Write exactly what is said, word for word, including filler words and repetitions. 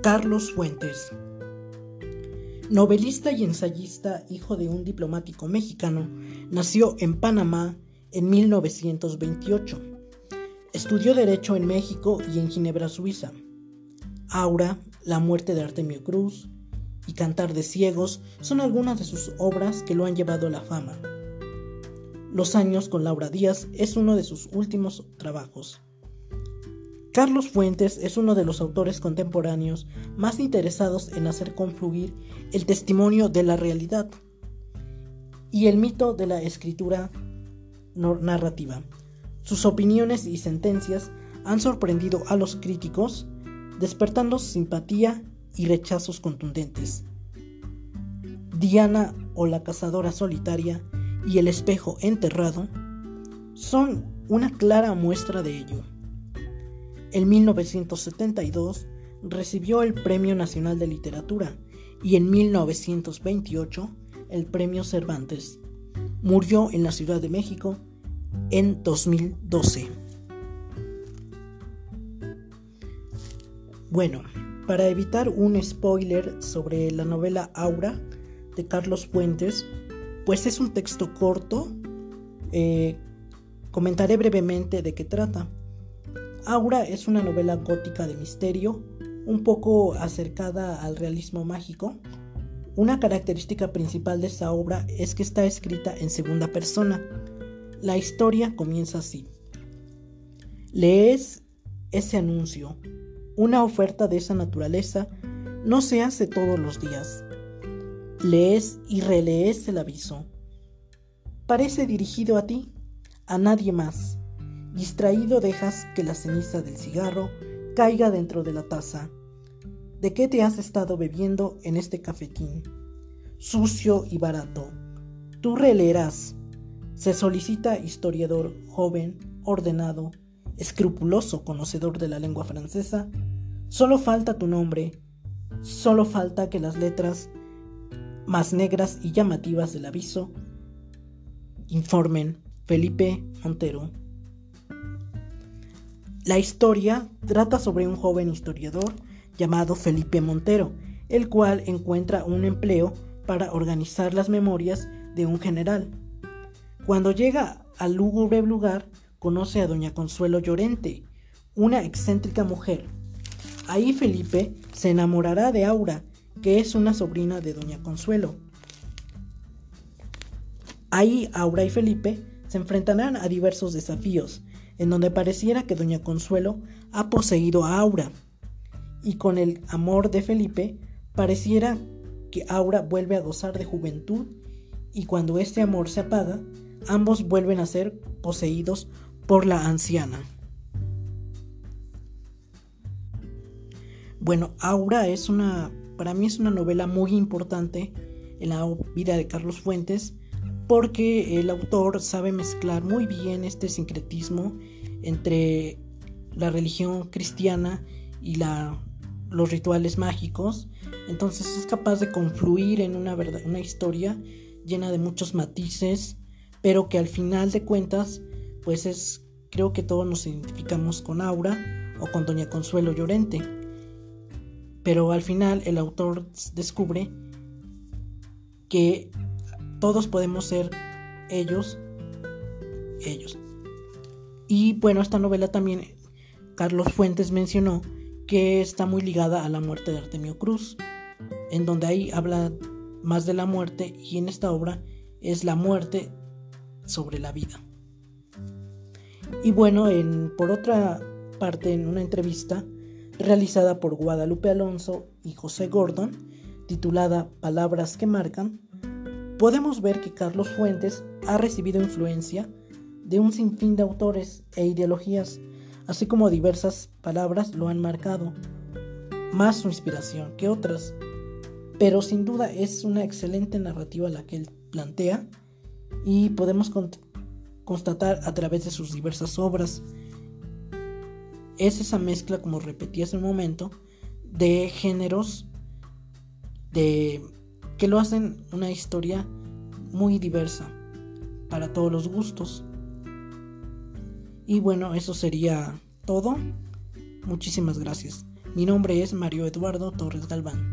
Carlos Fuentes. Novelista y ensayista, hijo de un diplomático mexicano, nació en Panamá en mil novecientos veintiocho. Estudió Derecho en México y en Ginebra, Suiza. Aura, La muerte de Artemio Cruz y Cantar de ciegos son algunas de sus obras que lo han llevado a la fama. Los años con Laura Díaz es uno de sus últimos trabajos. Carlos Fuentes es uno de los autores contemporáneos más interesados en hacer confluir el testimonio de la realidad y el mito de la escritura narrativa. Sus opiniones y sentencias han sorprendido a los críticos, despertando simpatía y rechazos contundentes. Diana o la cazadora solitaria y El espejo enterrado son una clara muestra de ello. En mil novecientos setenta y dos recibió el Premio Nacional de Literatura y en mil novecientos veintiocho el Premio Cervantes. Murió en la Ciudad de México en dos mil doce. Bueno, para evitar un spoiler sobre la novela Aura de Carlos Fuentes, pues es un texto corto, eh, comentaré brevemente de qué trata. Aura es una novela gótica de misterio, un poco acercada al realismo mágico. Una característica principal de esta obra es que está escrita en segunda persona. La historia comienza así. Lees ese anuncio. Una oferta de esa naturaleza no se hace todos los días. Lees y relees el aviso. Parece dirigido a ti, a nadie más. Distraído dejas que la ceniza del cigarro caiga dentro de la taza. ¿De qué te has estado bebiendo en este cafetín? Sucio y barato. Tú releerás. Se solicita historiador joven, ordenado, escrupuloso conocedor de la lengua francesa. Solo falta tu nombre. Solo falta que las letras más negras y llamativas del aviso informen Felipe Montero. La historia trata sobre un joven historiador llamado Felipe Montero, el cual encuentra un empleo para organizar las memorias de un general. Cuando llega al lúgubre lugar, conoce a doña Consuelo Llorente, una excéntrica mujer. Ahí Felipe se enamorará de Aura, que es una sobrina de doña Consuelo. Ahí Aura y Felipe se enfrentarán a diversos desafíos, en donde pareciera que doña Consuelo ha poseído a Aura, y con el amor de Felipe pareciera que Aura vuelve a gozar de juventud, y cuando este amor se apaga, ambos vuelven a ser poseídos por la anciana. Bueno, Aura es una, para mí es una novela muy importante en la vida de Carlos Fuentes, porque el autor sabe mezclar muy bien este sincretismo entre la religión cristiana y la, los rituales mágicos. Entonces es capaz de confluir en una, verdad, una historia llena de muchos matices, pero que al final de cuentas, pues es, creo que todos nos identificamos con Aura o con doña Consuelo Llorente. Pero al final el autor descubre que todos podemos ser ellos, ellos. Y bueno, esta novela también Carlos Fuentes mencionó que está muy ligada a la muerte de Artemio Cruz, en donde ahí habla más de la muerte, y en esta obra es la muerte sobre la vida. Y bueno, en, por otra parte, en una entrevista realizada por Guadalupe Alonso y José Gordon, titulada Palabras que marcan, podemos ver que Carlos Fuentes ha recibido influencia de un sinfín de autores e ideologías, así como diversas palabras lo han marcado, más su inspiración que otras, pero sin duda es una excelente narrativa la que él plantea, y podemos cont- constatar a través de sus diversas obras. Es esa mezcla, como repetí hace un momento, de géneros de que lo hacen una historia muy diversa para todos los gustos. Y bueno, eso sería todo. Muchísimas gracias. Mi nombre es Mario Eduardo Torres Galván.